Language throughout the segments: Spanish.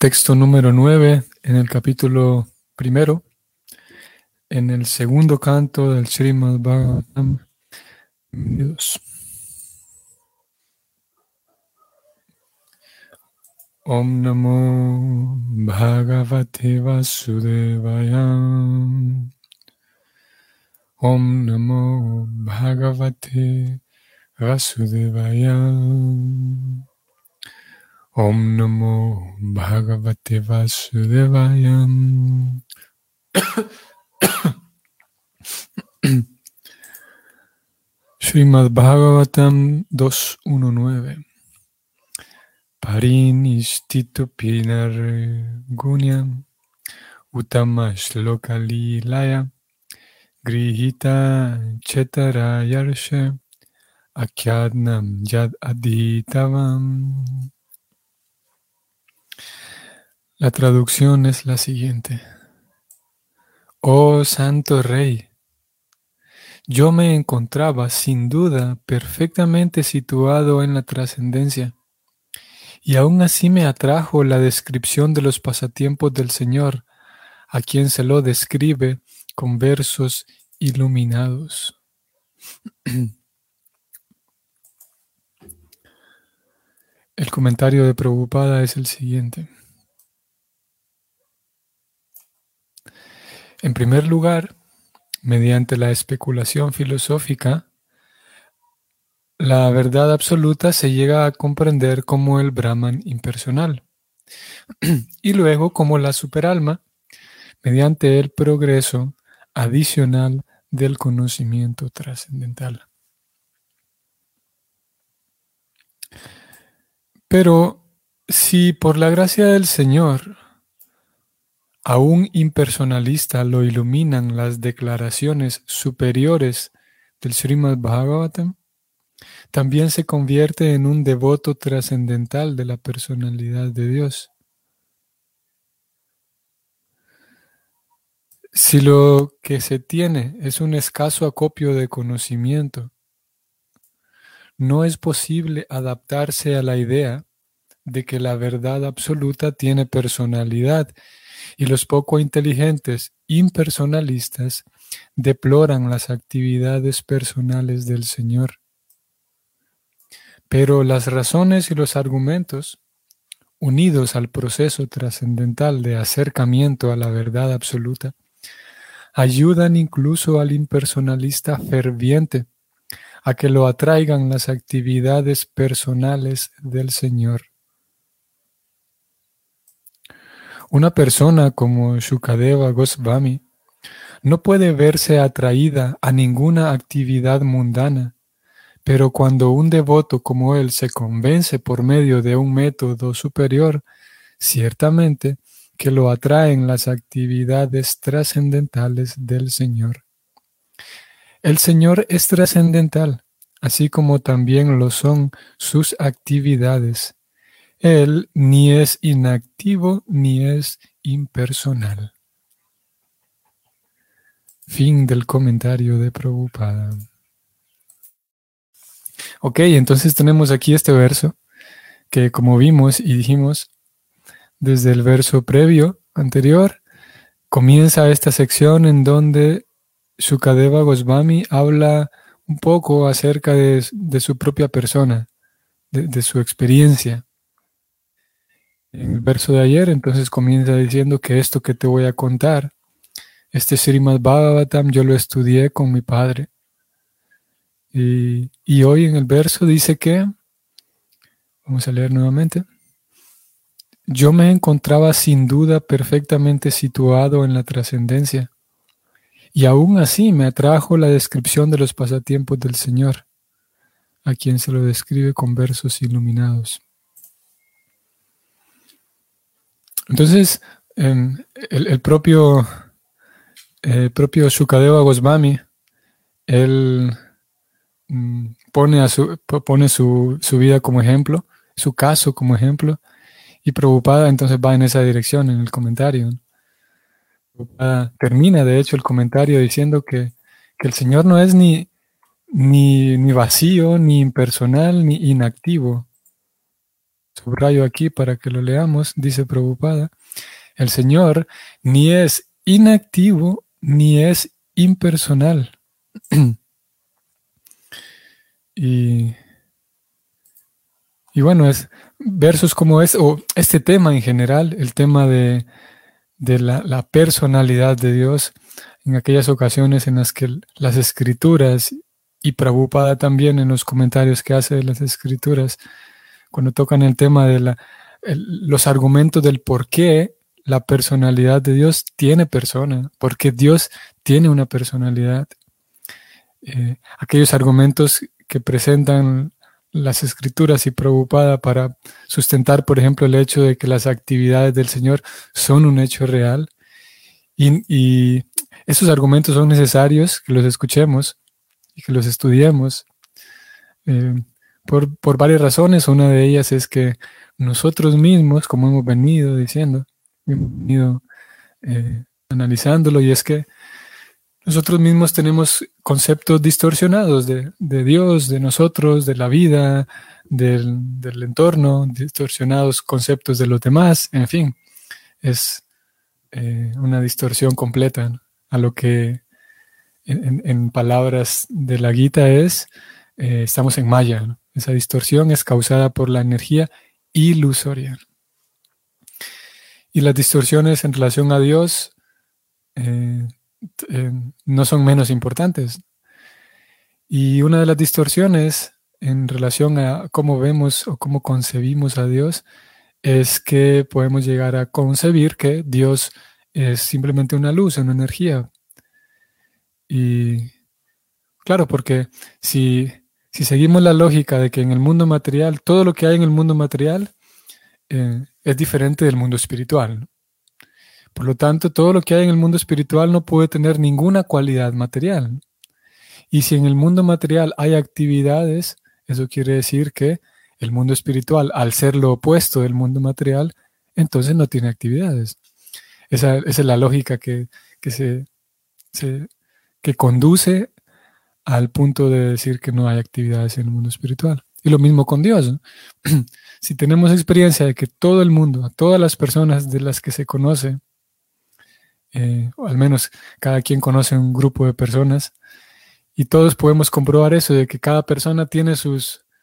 texto número 9 en el capítulo primero, en el segundo canto del Srimad Bhagavatam. Bienvenidos. Om Namo Bhagavate Vasudevaya. Om Namo Bhagavate Vasudevaya. Om Namo Bhagavate Vasudevaya. Srimad Bhagavatam 2.1.9. Parinistito pinar gunyam utama shloka lilaya grihita chetara yarshe akyadnam yad aditavam. La traducción es la siguiente. Oh Santo Rey, yo me encontraba sin duda perfectamente situado en la trascendencia, y aún así me atrajo la descripción de los pasatiempos del Señor, a quien se lo describe con versos iluminados. El comentario de Prabhupada es el siguiente. En primer lugar, mediante la especulación filosófica, la verdad absoluta se llega a comprender como el Brahman impersonal y luego como la superalma mediante el progreso adicional del conocimiento trascendental. Pero si por la gracia del Señor a un impersonalista lo iluminan las declaraciones superiores del Srimad Bhagavatam, también se convierte en un devoto trascendental de la personalidad de Dios. Si lo que se tiene es un escaso acopio de conocimiento, no es posible adaptarse a la idea de que la verdad absoluta tiene personalidad, y los poco inteligentes impersonalistas deploran las actividades personales del Señor. Pero las razones y los argumentos, unidos al proceso trascendental de acercamiento a la verdad absoluta, ayudan incluso al impersonalista ferviente a que lo atraigan las actividades personales del Señor. Una persona como Shukadeva Goswami no puede verse atraída a ninguna actividad mundana, pero cuando un devoto como él se convence por medio de un método superior, ciertamente que lo atraen las actividades trascendentales del Señor. El Señor es trascendental, así como también lo son sus actividades. Él ni es inactivo ni es impersonal. Fin del comentario de Prabhupada. Ok, entonces tenemos aquí este verso que, como vimos y dijimos desde el verso previo, anterior, comienza esta sección en donde Shukadeva Goswami habla un poco acerca de su propia persona, de su experiencia. En el verso de ayer, entonces comienza diciendo que esto que te voy a contar, este Srimad Bhagavatam, yo lo estudié con mi padre. Y hoy en el verso dice que, vamos a leer nuevamente, yo me encontraba sin duda perfectamente situado en la trascendencia, y aún así me atrajo la descripción de los pasatiempos del Señor, a quien se lo describe con versos iluminados. Entonces, el propio Shukadeva Goswami, él pone su vida como ejemplo, su caso como ejemplo, y Prabhupada entonces va en esa dirección en el comentario. Prabhupada termina de hecho el comentario diciendo que el Señor no es ni vacío, ni impersonal, ni inactivo. subrayo aquí para que lo leamos, dice Prabhupada, el Señor ni es inactivo ni es impersonal. y, y bueno, es versos como es, o este tema en general, el tema de la personalidad de Dios, en aquellas ocasiones en las que las escrituras, y Prabhupada también en los comentarios que hace de las escrituras, cuando tocan el tema de los argumentos del por qué la personalidad de Dios tiene persona, porque Dios tiene una personalidad. Aquellos argumentos que presentan las escrituras y Prabhupada para sustentar, por ejemplo, el hecho de que las actividades del Señor son un hecho real. Y esos argumentos son necesarios que los escuchemos y que los estudiemos por varias razones. Una de ellas es que nosotros mismos, como hemos venido diciendo, hemos venido analizándolo, y es que nosotros mismos tenemos conceptos distorsionados de Dios, de nosotros, de la vida, del entorno, distorsionados conceptos de los demás, en fin, es una distorsión completa, ¿no? A lo que en palabras de la Gita estamos en Maya, ¿no? Esa distorsión es causada por la energía ilusoria. Y las distorsiones en relación a Dios no son menos importantes. Y una de las distorsiones en relación a cómo vemos o cómo concebimos a Dios es que podemos llegar a concebir que Dios es simplemente una luz, una energía. Y claro, porque si seguimos la lógica de que en el mundo material, todo lo que hay en el mundo material es diferente del mundo espiritual, ¿no? Por lo tanto, todo lo que hay en el mundo espiritual no puede tener ninguna cualidad material, ¿no? Y si en el mundo material hay actividades, eso quiere decir que el mundo espiritual, al ser lo opuesto del mundo material, entonces no tiene actividades. Esa es la lógica que conduce al punto de decir que no hay actividades en el mundo espiritual. Y lo mismo con Dios, ¿no? Si tenemos experiencia de que todo el mundo, a todas las personas de las que se conoce, o al menos cada quien conoce un grupo de personas, y todos podemos comprobar eso, de que cada persona tiene su,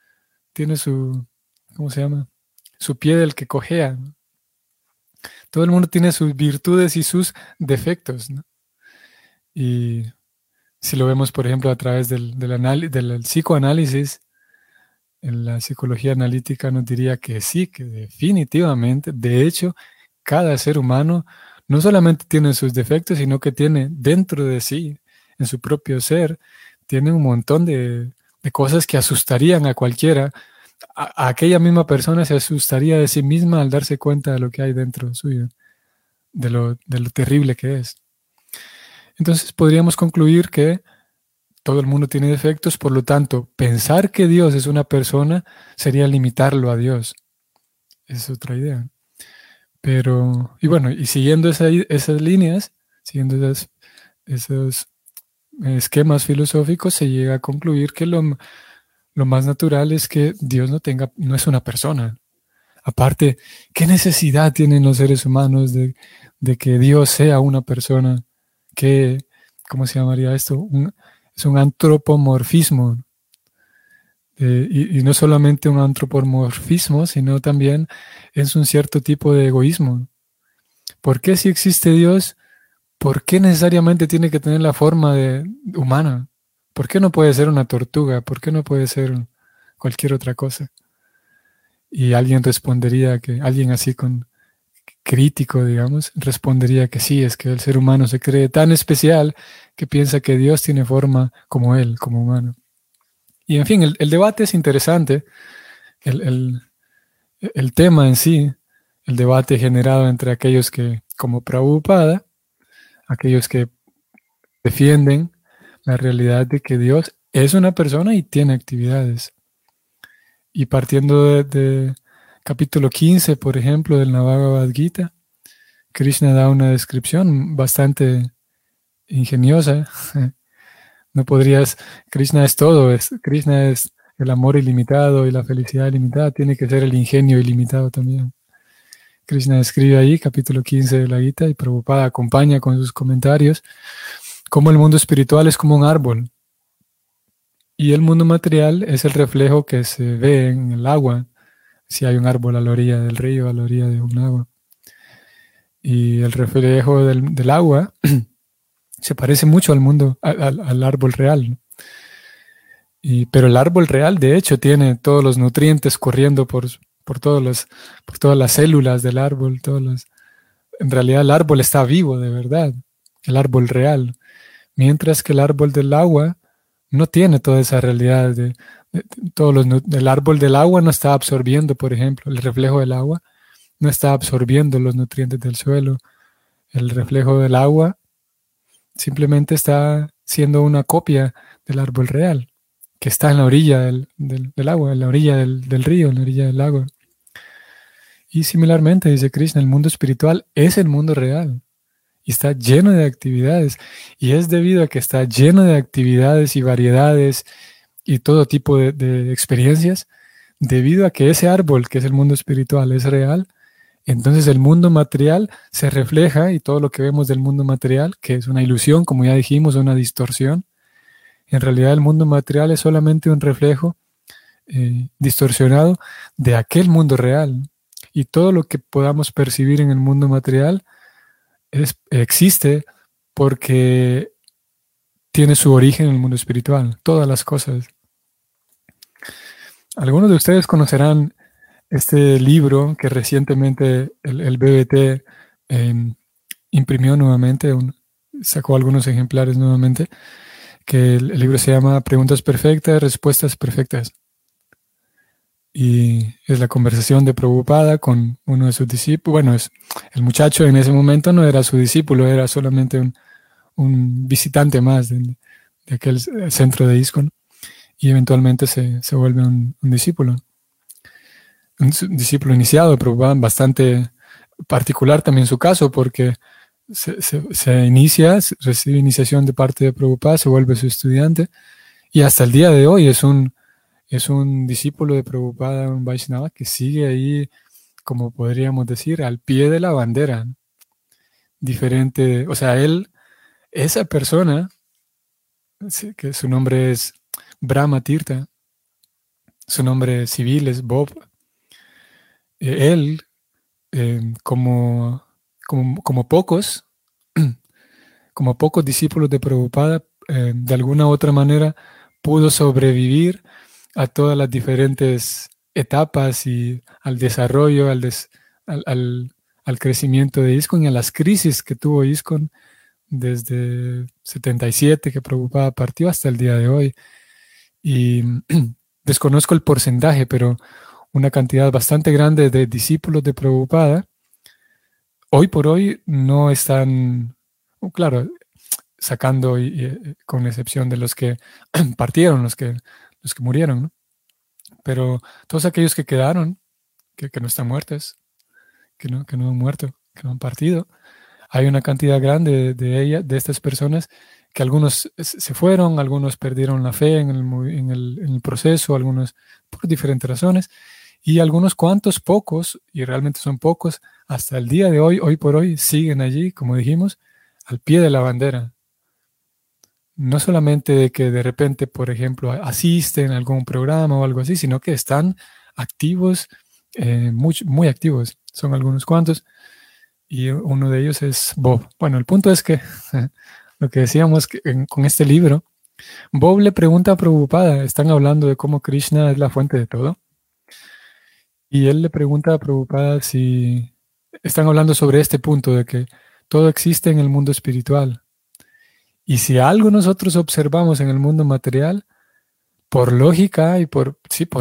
¿cómo se llama? Su pie del que cojea, ¿no? Todo el mundo tiene sus virtudes y sus defectos, ¿no? Y si lo vemos, por ejemplo, a través del psicoanálisis, en la psicología analítica nos diría que sí, que definitivamente, de hecho, cada ser humano no solamente tiene sus defectos, sino que tiene dentro de sí, en su propio ser, tiene un montón de cosas que asustarían a cualquiera. A aquella misma persona se asustaría de sí misma al darse cuenta de lo que hay dentro suyo, de lo terrible que es. Entonces podríamos concluir que todo el mundo tiene defectos, por lo tanto, pensar que Dios es una persona sería limitarlo a Dios. Es otra idea. Pero, y bueno, y siguiendo esas líneas, siguiendo esos esquemas filosóficos, se llega a concluir que lo más natural es que Dios no es una persona. Aparte, ¿qué necesidad tienen los seres humanos de que Dios sea una persona? ¿Cómo se llamaría esto? Es un antropomorfismo. Y no solamente un antropomorfismo, sino también es un cierto tipo de egoísmo. ¿Por qué si existe Dios, por qué necesariamente tiene que tener la forma humana? ¿Por qué no puede ser una tortuga? ¿Por qué no puede ser cualquier otra cosa? Y alguien así con crítico, digamos, respondería que sí, es que el ser humano se cree tan especial que piensa que Dios tiene forma como él, como humano. Y en fin, el debate es interesante, el tema en sí, el debate generado entre aquellos que, como Prabhupada, aquellos que defienden la realidad de que Dios es una persona y tiene actividades. Y partiendo de capítulo 15, por ejemplo, del Bhagavad Gita, Krishna da una descripción bastante ingeniosa. No podrías, Krishna es todo, Krishna es el amor ilimitado y la felicidad ilimitada, tiene que ser el ingenio ilimitado también. Krishna escribe ahí, capítulo 15 de la Gita, y Prabhupada acompaña con sus comentarios cómo el mundo espiritual es como un árbol y el mundo material es el reflejo que se ve en el agua, si hay un árbol a la orilla del río, a la orilla de un agua. Y el reflejo del agua se parece mucho al mundo, al árbol real, ¿no? Pero el árbol real, de hecho, tiene todos los nutrientes corriendo por todas las células del árbol. En realidad el árbol está vivo, de verdad, el árbol real. Mientras que el árbol del agua no tiene toda esa realidad el árbol del agua no está absorbiendo, por ejemplo, el reflejo del agua no está absorbiendo los nutrientes del suelo. El reflejo del agua simplemente está siendo una copia del árbol real, que está en la orilla del agua, en la orilla del río, en la orilla del lago. Y similarmente, dice Krishna, el mundo espiritual es el mundo real y está lleno de actividades. Y es debido a que está lleno de actividades y variedades y todo tipo de experiencias, debido a que ese árbol, que es el mundo espiritual, es real. Entonces el mundo material se refleja y todo lo que vemos del mundo material, que es una ilusión, como ya dijimos, una distorsión, en realidad el mundo material es solamente un reflejo distorsionado de aquel mundo real. Y todo lo que podamos percibir en el mundo material existe porque tiene su origen en el mundo espiritual, todas las cosas. Algunos de ustedes conocerán este libro que recientemente el BBT imprimió nuevamente, sacó algunos ejemplares nuevamente, que el libro se llama Preguntas Perfectas, Respuestas Perfectas. Y es la conversación de Prabhupada con uno de sus discípulos. Bueno, el muchacho en ese momento no era su discípulo, era solamente un visitante más de aquel centro de ISKCON. Y eventualmente se vuelve un discípulo. Un discípulo iniciado de Prabhupada, bastante particular también su caso, porque se inicia, recibe iniciación de parte de Prabhupada, se vuelve su estudiante, y hasta el día de hoy es un discípulo de Prabhupada, un Vaishnava, que sigue ahí, como podríamos decir, al pie de la bandera. Diferente, o sea, esa persona, que su nombre es Brahma Tirtha, su nombre civil es Bob, él, como pocos, como pocos discípulos de Prabhupada, de alguna u otra manera pudo sobrevivir a todas las diferentes etapas y al desarrollo, al crecimiento de ISKCON y a las crisis que tuvo ISKCON desde 77 que Prabhupada partió hasta el día de hoy. Y desconozco el porcentaje, pero una cantidad bastante grande de discípulos de Prabhupada hoy por hoy no están, claro, sacando con excepción de los que partieron, los que murieron, ¿no? Pero todos aquellos que quedaron, que no están muertos, que no han muerto, que no han partido, hay una cantidad grande de estas personas que algunos se fueron, algunos perdieron la fe en el proceso, algunos por diferentes razones, y algunos cuantos, pocos, y realmente son pocos, hasta el día de hoy por hoy, siguen allí, como dijimos, al pie de la bandera. No solamente de que de repente, por ejemplo, asisten a algún programa o algo así, sino que están activos, muy activos. Son algunos cuantos, y uno de ellos es Bob. Bueno, el punto es que lo que decíamos con este libro, Bob le pregunta a Prabhupada, están hablando de cómo Krishna es la fuente de todo, y él le pregunta a Prabhupada si están hablando sobre este punto de que todo existe en el mundo espiritual. Y si algo nosotros observamos en el mundo material, por lógica y por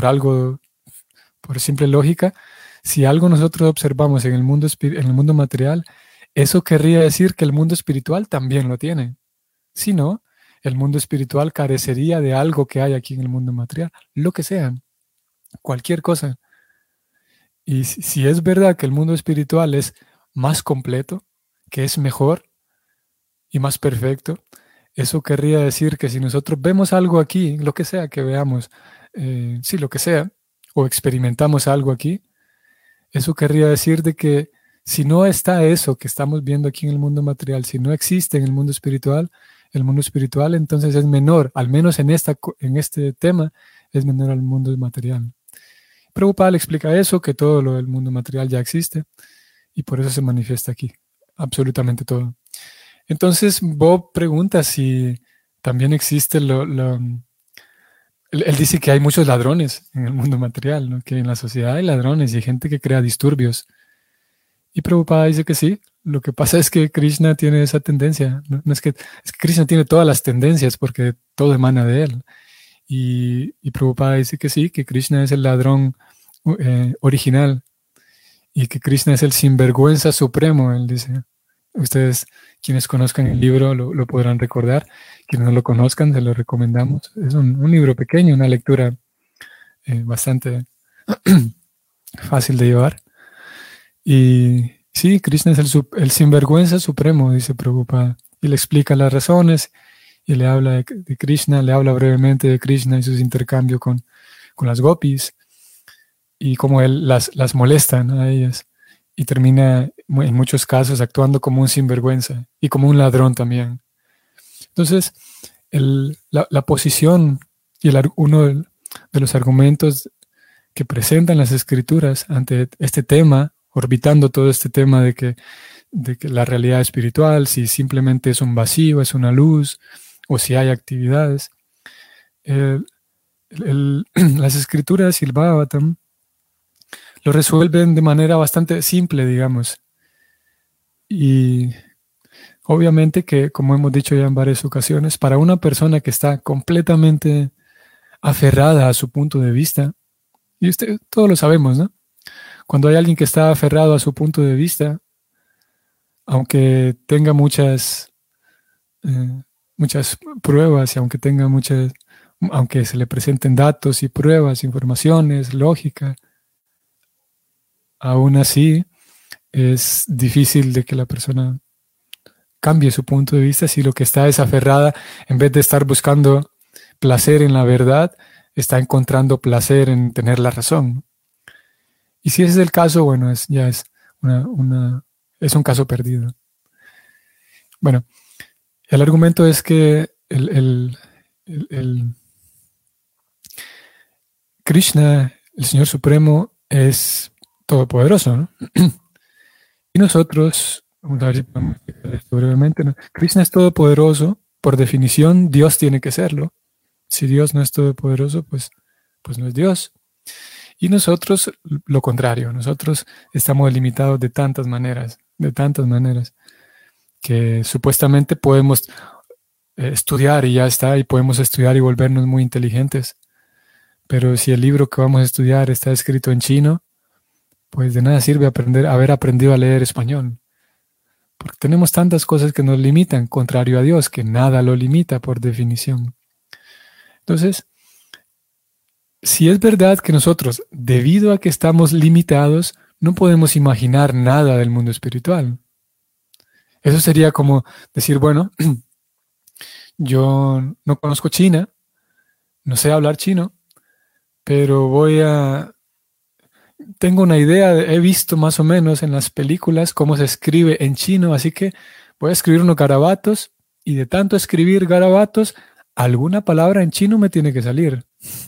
simple lógica, si algo nosotros observamos en el mundo material, eso querría decir que el mundo espiritual también lo tiene. Si no, el mundo espiritual carecería de algo que hay aquí en el mundo material, lo que sea, cualquier cosa. Y si es verdad que el mundo espiritual es más completo, que es mejor y más perfecto, eso querría decir que si nosotros vemos algo aquí, lo que sea que veamos, sí, lo que sea, o experimentamos algo aquí, eso querría decir de que si no está eso que estamos viendo aquí en el mundo material, si no existe en el mundo espiritual entonces es menor, al menos en este tema, es menor al mundo material. Prabhupada le explica eso, que todo lo del mundo material ya existe y por eso se manifiesta aquí, absolutamente todo. Entonces Bob pregunta si también existe él dice que hay muchos ladrones en el mundo material, ¿no? Que en la sociedad hay ladrones y hay gente que crea disturbios. Y Prabhupada dice que sí. Lo que pasa es que Krishna tiene esa tendencia. No es que Krishna tiene todas las tendencias porque todo emana de él. Y Prabhupada dice que sí, que Krishna es el ladrón original y que Krishna es el sinvergüenza supremo, él dice. Ustedes, quienes conozcan el libro, lo podrán recordar. Quienes no lo conozcan, se lo recomendamos. Es un libro pequeño, una lectura bastante fácil de llevar. Y sí, Krishna es el sinvergüenza supremo, dice Prabhupada. Y le explica las razones y le habla de Krishna, le habla brevemente de Krishna y sus intercambios con las gopis y cómo él las molesta, ¿no?, a ellas. Y termina en muchos casos actuando como un sinvergüenza y como un ladrón también. Entonces, la posición y uno de los argumentos que presentan las escrituras ante este tema, orbitando todo este tema de que la realidad espiritual, si simplemente es un vacío, es una luz, o si hay actividades. Las escrituras y el Bhagavatam lo resuelven de manera bastante simple, digamos. Y obviamente que, como hemos dicho ya en varias ocasiones, para una persona que está completamente aferrada a su punto de vista, y todos lo sabemos, ¿no? Cuando hay alguien que está aferrado a su punto de vista, aunque tenga muchas pruebas y aunque se le presenten datos y pruebas, informaciones, lógica, aún así es difícil de que la persona cambie su punto de vista si lo que está es aferrada, en vez de estar buscando placer en la verdad, está encontrando placer en tener la razón. Y si ese es el caso, bueno, ya es es un caso perdido. Bueno, el argumento es que Krishna, el Señor Supremo, es todopoderoso, ¿no? Y nosotros, vamos a ver si podemos explicar esto brevemente, ¿no? Krishna es todopoderoso, por definición, Dios tiene que serlo. Si Dios no es todopoderoso, pues no es Dios. Y nosotros, lo contrario, nosotros estamos limitados de tantas maneras, que supuestamente podemos estudiar y ya está, y podemos estudiar y volvernos muy inteligentes. Pero si el libro que vamos a estudiar está escrito en chino, pues de nada sirve haber aprendido a leer español. Porque tenemos tantas cosas que nos limitan, contrario a Dios, que nada lo limita por definición. Entonces, si es verdad que nosotros, debido a que estamos limitados, no podemos imaginar nada del mundo espiritual. Eso sería como decir, bueno, yo no conozco China, no sé hablar chino, pero tengo una idea, he visto más o menos en las películas cómo se escribe en chino, así que voy a escribir unos garabatos y de tanto escribir garabatos, alguna palabra en chino me tiene que salir.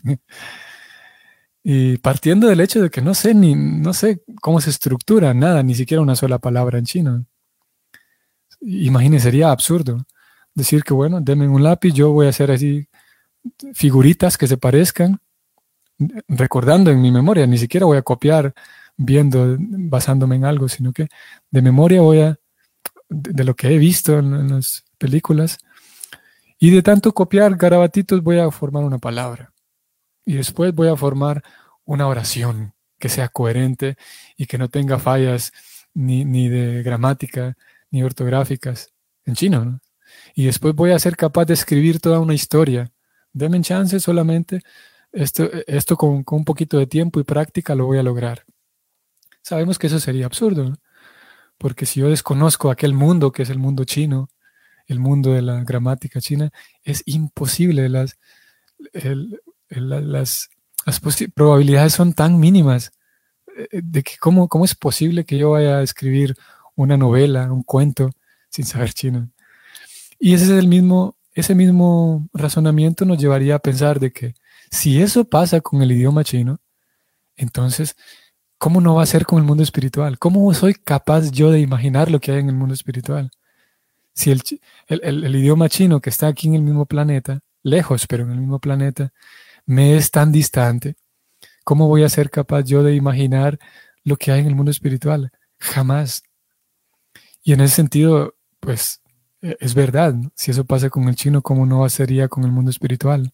Y partiendo del hecho de que no sé cómo se estructura nada, ni siquiera una sola palabra en chino. Imagínense, sería absurdo decir que, bueno, denme un lápiz, yo voy a hacer así figuritas que se parezcan, recordando en mi memoria, ni siquiera voy a copiar viendo, basándome en algo, sino que de memoria de lo que he visto en las películas, y de tanto copiar garabatitos voy a formar una palabra. Y después voy a formar una oración que sea coherente y que no tenga fallas ni de gramática ni ortográficas en chino, ¿no? Y después voy a ser capaz de escribir toda una historia. Denme chance solamente. Esto con un poquito de tiempo y práctica lo voy a lograr. Sabemos que eso sería absurdo, ¿no? Porque si yo desconozco aquel mundo que es el mundo chino, el mundo de la gramática china, es imposible. Las probabilidades son tan mínimas de que cómo es posible que yo vaya a escribir una novela, un cuento, sin saber chino. Y ese mismo razonamiento nos llevaría a pensar de que si eso pasa con el idioma chino, entonces, ¿cómo no va a ser con el mundo espiritual? ¿Cómo soy capaz yo de imaginar lo que hay en el mundo espiritual? Si el idioma chino que está aquí en el mismo planeta, lejos, pero en el mismo planeta, me es tan distante, ¿cómo voy a ser capaz yo de imaginar lo que hay en el mundo espiritual? Jamás. Y en ese sentido, pues, es verdad, ¿no? Si eso pasa con el chino, ¿cómo no sería con el mundo espiritual?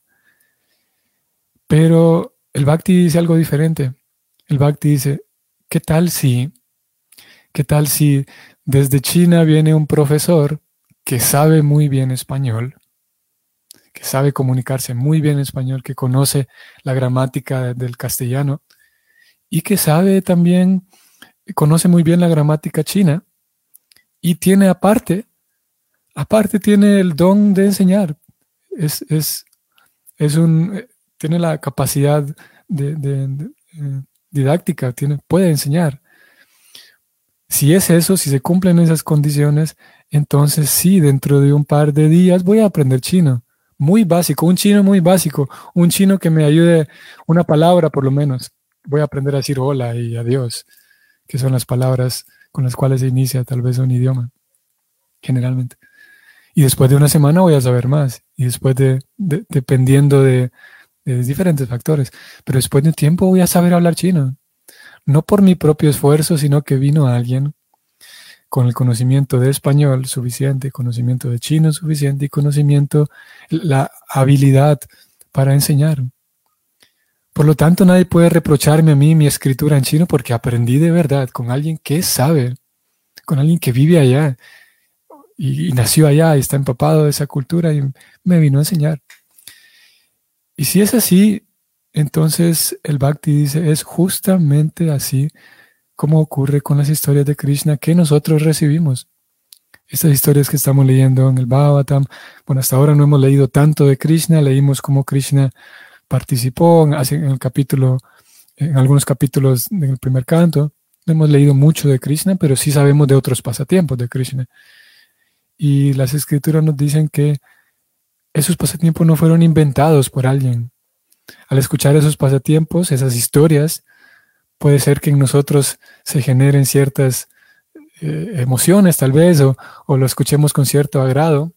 Pero el Bhakti dice algo diferente. El Bhakti dice, ¿qué tal si, qué tal si desde China viene un profesor que sabe muy bien español, que sabe comunicarse muy bien español, que conoce la gramática del castellano y que sabe también, conoce muy bien la gramática china y tiene aparte tiene el don de enseñar. Es, es, tiene la capacidad didáctica, puede enseñar. Si es eso, si se cumplen esas condiciones, entonces sí, dentro de un par de días voy a aprender chino. Muy básico, un chino muy básico, un chino que me ayude una palabra por lo menos. Voy a aprender a decir hola y adiós, que son las palabras con las cuales se inicia tal vez un idioma, generalmente. Y después de una semana voy a saber más. Y después dependiendo de diferentes factores. Pero después de un tiempo voy a saber hablar chino. No por mi propio esfuerzo, sino que vino alguien con el conocimiento de español suficiente, conocimiento de chino suficiente y conocimiento, la habilidad para enseñar. Por lo tanto, nadie puede reprocharme a mí mi escritura en chino porque aprendí de verdad con alguien que sabe, con alguien que vive allá y nació allá y está empapado de esa cultura y me vino a enseñar. Y si es así, entonces el Bhakti dice, es justamente así como ocurre con las historias de Krishna que nosotros recibimos. Estas historias que estamos leyendo en el Bhagavatam, bueno, hasta ahora no hemos leído tanto de Krishna, leímos cómo Krishna participó en algunos capítulos del primer canto. No hemos leído mucho de Krishna, pero sí sabemos de otros pasatiempos de Krishna. Y las escrituras nos dicen que esos pasatiempos no fueron inventados por alguien. Al escuchar esos pasatiempos, esas historias, puede ser que en nosotros se generen ciertas emociones tal vez, o lo escuchemos con cierto agrado,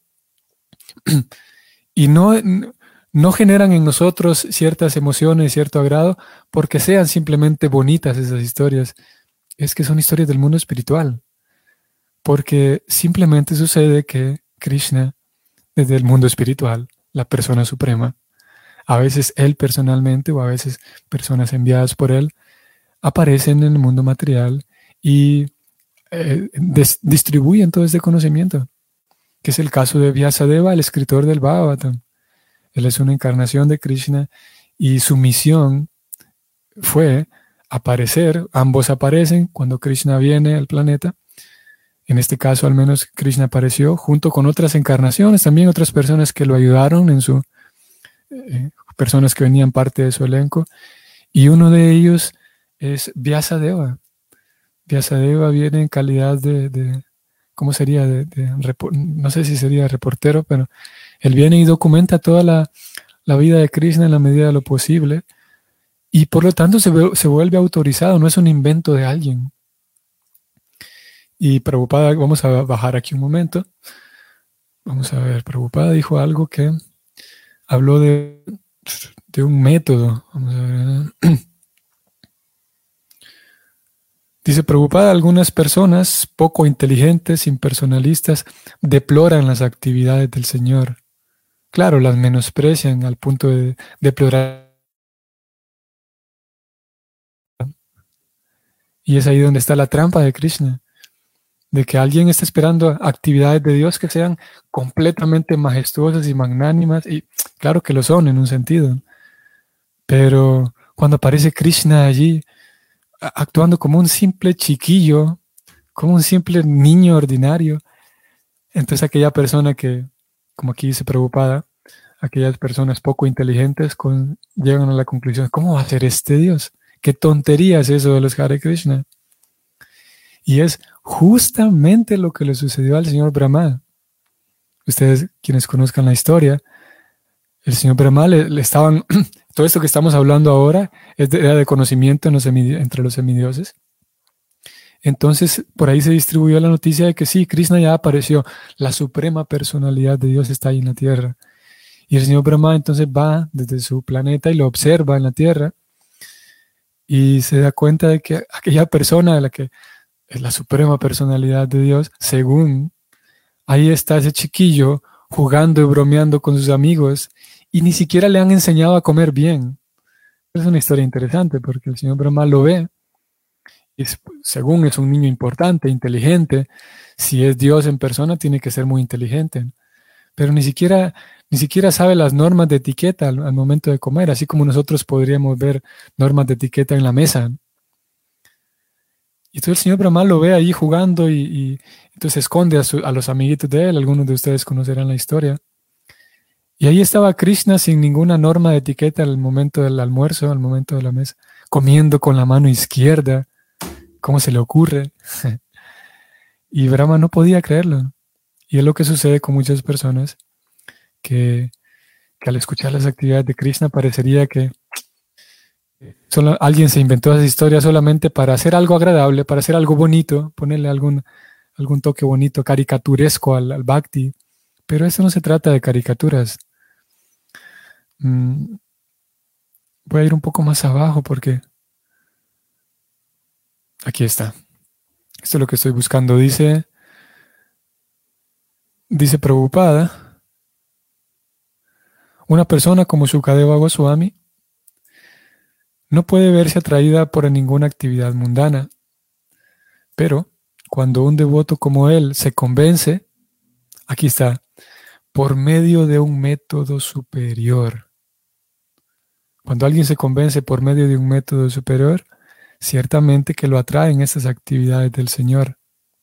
y no generan en nosotros ciertas emociones, cierto agrado, porque sean simplemente bonitas esas historias. Es que son historias del mundo espiritual, porque simplemente sucede que Krishna, desde el mundo espiritual, la persona suprema, a veces él personalmente o a veces personas enviadas por él, aparecen en el mundo material y distribuyen todo este conocimiento, que es el caso de Vyasadeva, el escritor del Bhagavatam. Él es una encarnación de Krishna y su misión fue aparecer, ambos aparecen cuando Krishna viene al planeta. En este caso, al menos, Krishna apareció junto con otras encarnaciones, también otras personas que lo ayudaron personas que venían parte de su elenco, y uno de ellos es Vyasadeva. Vyasadeva viene en calidad ¿cómo sería? No sé si sería reportero, pero él viene y documenta toda la vida de Krishna en la medida de lo posible, y por lo tanto se vuelve autorizado, no es un invento de alguien. Y Prabhupada, vamos a bajar aquí un momento. Vamos a ver, Prabhupada dijo algo que habló de un método. Vamos a ver. Dice Prabhupada, algunas personas poco inteligentes, impersonalistas, deploran las actividades del Señor. Claro, las menosprecian al punto de deplorar. Y es ahí donde está la trampa de Krishna, de que alguien está esperando actividades de Dios que sean completamente majestuosas y magnánimas, y claro que lo son en un sentido, pero cuando aparece Krishna allí, actuando como un simple chiquillo, como un simple niño ordinario, entonces aquella persona que, como aquí dice Prabhupada, aquellas personas poco inteligentes llegan a la conclusión, ¿cómo va a ser este Dios? ¿Qué tontería es eso de los Hare Krishna? Y es justamente lo que le sucedió al señor Brahma. Ustedes, quienes conozcan la historia, el señor Brahma le estaban, todo esto que estamos hablando ahora era de conocimiento entre los semidioses. Entonces, por ahí se distribuyó la noticia de que sí, Krishna ya apareció, la suprema personalidad de Dios está ahí en la tierra. Y el señor Brahma entonces va desde su planeta y lo observa en la tierra y se da cuenta de que aquella persona de la que es la suprema personalidad de Dios, según ahí está ese chiquillo jugando y bromeando con sus amigos y ni siquiera le han enseñado a comer bien. Es una historia interesante porque el señor Brahma lo ve y según es un niño importante, inteligente. Si es Dios en persona, tiene que ser muy inteligente. Pero ni siquiera sabe las normas de etiqueta al momento de comer, así como nosotros podríamos ver normas de etiqueta en la mesa. Y entonces el señor Brahma lo ve ahí jugando y entonces esconde a los amiguitos de él. Algunos de ustedes conocerán la historia. Y ahí estaba Krishna sin ninguna norma de etiqueta al momento del almuerzo, al momento de la mesa, comiendo con la mano izquierda. ¿Cómo se le ocurre? Y Brahma no podía creerlo. Y es lo que sucede con muchas personas que al escuchar las actividades de Krishna parecería que alguien se inventó esa historia solamente para hacer algo agradable, para hacer algo bonito, ponerle algún toque bonito, caricaturesco al bhakti. Pero eso no se trata de caricaturas. Voy a ir un poco más abajo porque aquí está. Esto es lo que estoy buscando. Dice Prabhupada, una persona como Shukadeva Goswami no puede verse atraída por ninguna actividad mundana, pero cuando un devoto como él se convence, aquí está, por medio de un método superior. Cuando alguien se convence por medio de un método superior, ciertamente que lo atraen esas actividades del Señor.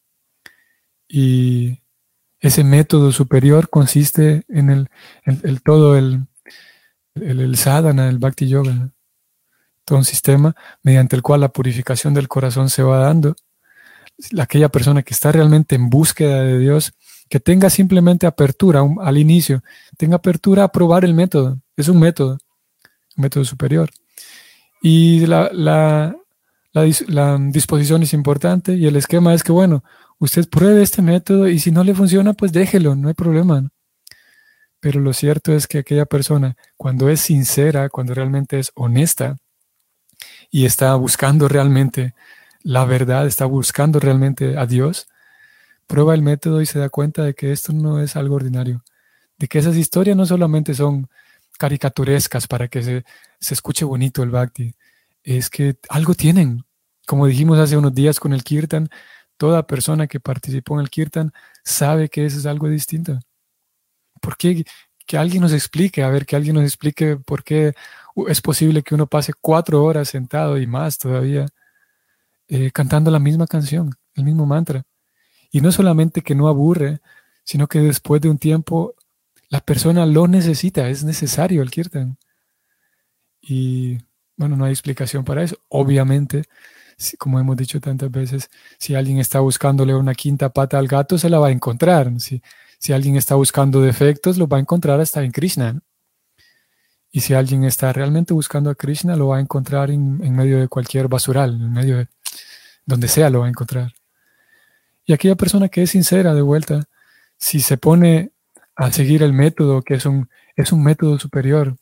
Y ese método superior consiste en todo el sadhana, el bhakti yoga, todo un sistema mediante el cual la purificación del corazón se va dando. Aquella persona que está realmente en búsqueda de Dios, que tenga simplemente apertura al inicio, tenga apertura a probar el método. Es un método superior. Y la disposición es importante y el esquema es que, bueno, usted pruebe este método y si no le funciona, pues déjelo, no hay problema, ¿no? Pero lo cierto es que aquella persona, cuando es sincera, cuando realmente es honesta y está buscando realmente la verdad, está buscando realmente a Dios, prueba el método y se da cuenta de que esto no es algo ordinario, de que esas historias no solamente son caricaturescas para que se escuche bonito el bhakti, es que algo tienen. Como dijimos hace unos días con el kirtan, toda persona que participó en el kirtan sabe que eso es algo distinto. ¿Por qué? Que alguien nos explique, que alguien nos explique por qué es posible que uno pase 4 horas sentado y más todavía cantando la misma canción, el mismo mantra. Y no solamente que no aburre, sino que después de un tiempo la persona lo necesita, es necesario el kirtan. Y bueno, no hay explicación para eso. Obviamente, como hemos dicho tantas veces, si alguien está buscándole una quinta pata al gato, se la va a encontrar. Si alguien está buscando defectos, lo va a encontrar hasta en Krishna. Y si alguien está realmente buscando a Krishna, lo va a encontrar en medio de cualquier basural, en medio de donde sea lo va a encontrar. Y aquella persona que es sincera, de vuelta, si se pone a seguir el método, que es un método superior,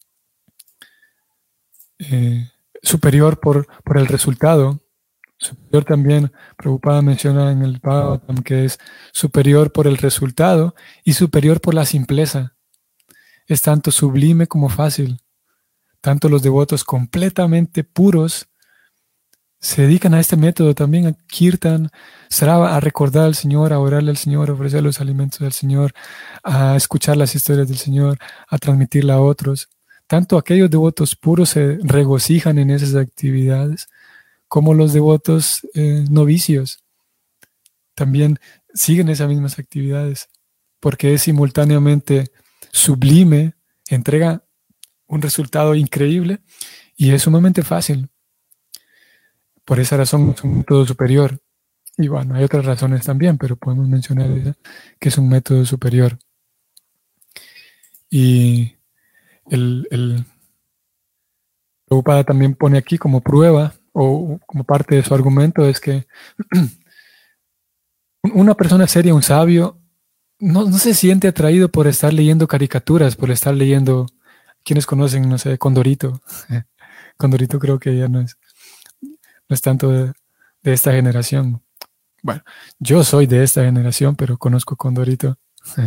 superior por el resultado, superior también, Prabhupada menciona en el Bhagavatam que es superior por el resultado y superior por la simpleza. Es tanto sublime como fácil. Tanto los devotos completamente puros se dedican a este método también, a kirtan, srava, a recordar al Señor, a orarle al Señor, a ofrecer los alimentos del Señor, a escuchar las historias del Señor, a transmitirla a otros. Tanto aquellos devotos puros se regocijan en esas actividades, como los devotos novicios también siguen esas mismas actividades, porque es simultáneamente sublime entrega un resultado increíble y es sumamente fácil. Por esa razón es un método superior. Y bueno, hay otras razones también, pero podemos mencionar esa, que es un método superior. Y el Prabhupada también pone aquí como prueba o como parte de su argumento es que una persona seria, un sabio, no se siente atraído por estar leyendo caricaturas, por estar leyendo, quienes conocen, no sé, Condorito. Condorito creo que ya no es tanto de esta generación. Bueno, yo soy de esta generación, pero conozco Condorito.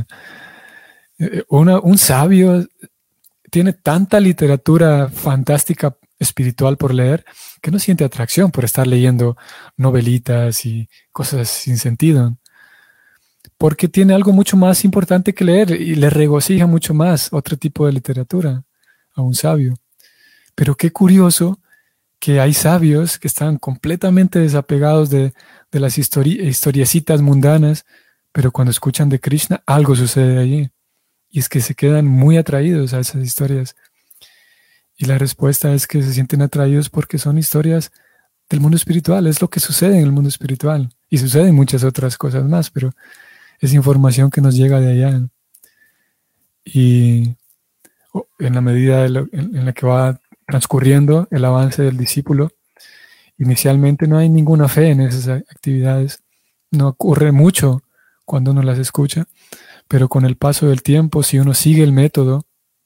Un sabio tiene tanta literatura fantástica espiritual por leer que no siente atracción por estar leyendo novelitas y cosas sin sentido, porque tiene algo mucho más importante que leer y le regocija mucho más otro tipo de literatura a un sabio. Pero qué curioso que hay sabios que están completamente desapegados de las historiecitas mundanas, pero cuando escuchan de Krishna, algo sucede allí. Y es que se quedan muy atraídos a esas historias. Y la respuesta es que se sienten atraídos porque son historias del mundo espiritual, es lo que sucede en el mundo espiritual. Y suceden muchas otras cosas más, pero es información que nos llega de allá. Y en la medida en la que va transcurriendo el avance del discípulo, inicialmente no hay ninguna fe en esas actividades. No ocurre mucho cuando uno las escucha, pero con el paso del tiempo, si uno sigue el método,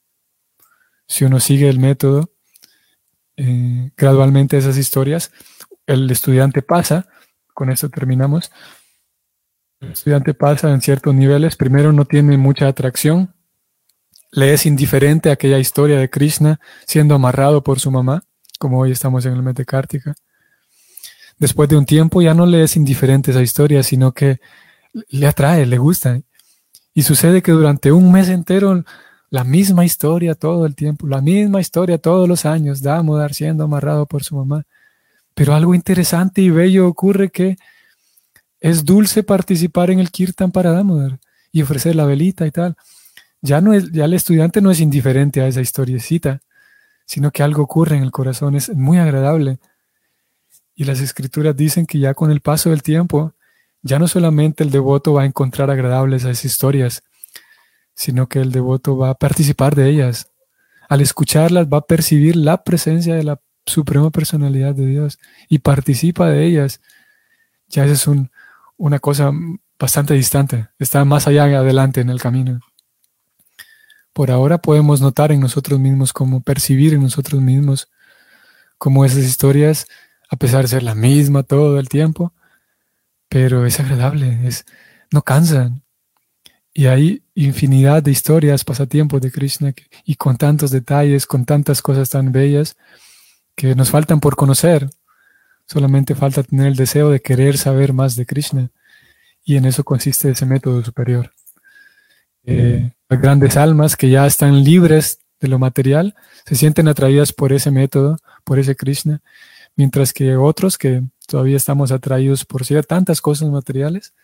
gradualmente esas historias, el estudiante pasa, con esto terminamos, el estudiante pasa en ciertos niveles, primero no tiene mucha atracción, le es indiferente a aquella historia de Krishna siendo amarrado por su mamá, como hoy estamos en el mes de Kartika. Después de un tiempo ya no le es indiferente esa historia, sino que le atrae, le gusta. Y sucede que durante un mes entero, la misma historia todo el tiempo, la misma historia todos los años, Damodar siendo amarrado por su mamá. Pero algo interesante y bello ocurre, que es dulce participar en el Kirtan para Damodar y ofrecer la velita y tal. Ya el estudiante no es indiferente a esa historiecita, sino que algo ocurre en el corazón, es muy agradable. Y las escrituras dicen que ya con el paso del tiempo, ya no solamente el devoto va a encontrar agradables esas historias, sino que el devoto va a participar de ellas. Al escucharlas va a percibir la presencia de la Suprema Personalidad de Dios y participa de ellas. Ya esa es una cosa bastante distante, está más allá y adelante en el camino. Por ahora podemos notar en nosotros mismos, como percibir en nosotros mismos, como esas historias, a pesar de ser la misma todo el tiempo, pero es agradable, no cansan. Y hay infinidad de historias, pasatiempos de Krishna, y con tantos detalles, con tantas cosas tan bellas, que nos faltan por conocer. Solamente falta tener el deseo de querer saber más de Krishna. Y en eso consiste ese método superior. Las grandes almas que ya están libres de lo material se sienten atraídas por ese método, por ese Krishna, mientras que otros que todavía estamos atraídos por tantas cosas materiales,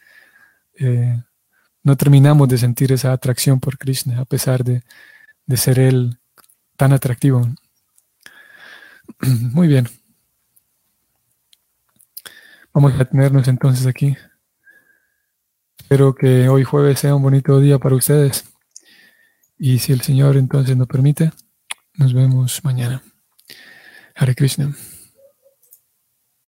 no terminamos de sentir esa atracción por Krishna, a pesar de ser Él tan atractivo. Muy bien. Vamos a detenernos entonces aquí. Espero que hoy jueves sea un bonito día para ustedes. Y si el Señor entonces nos permite, nos vemos mañana. Hare Krishna.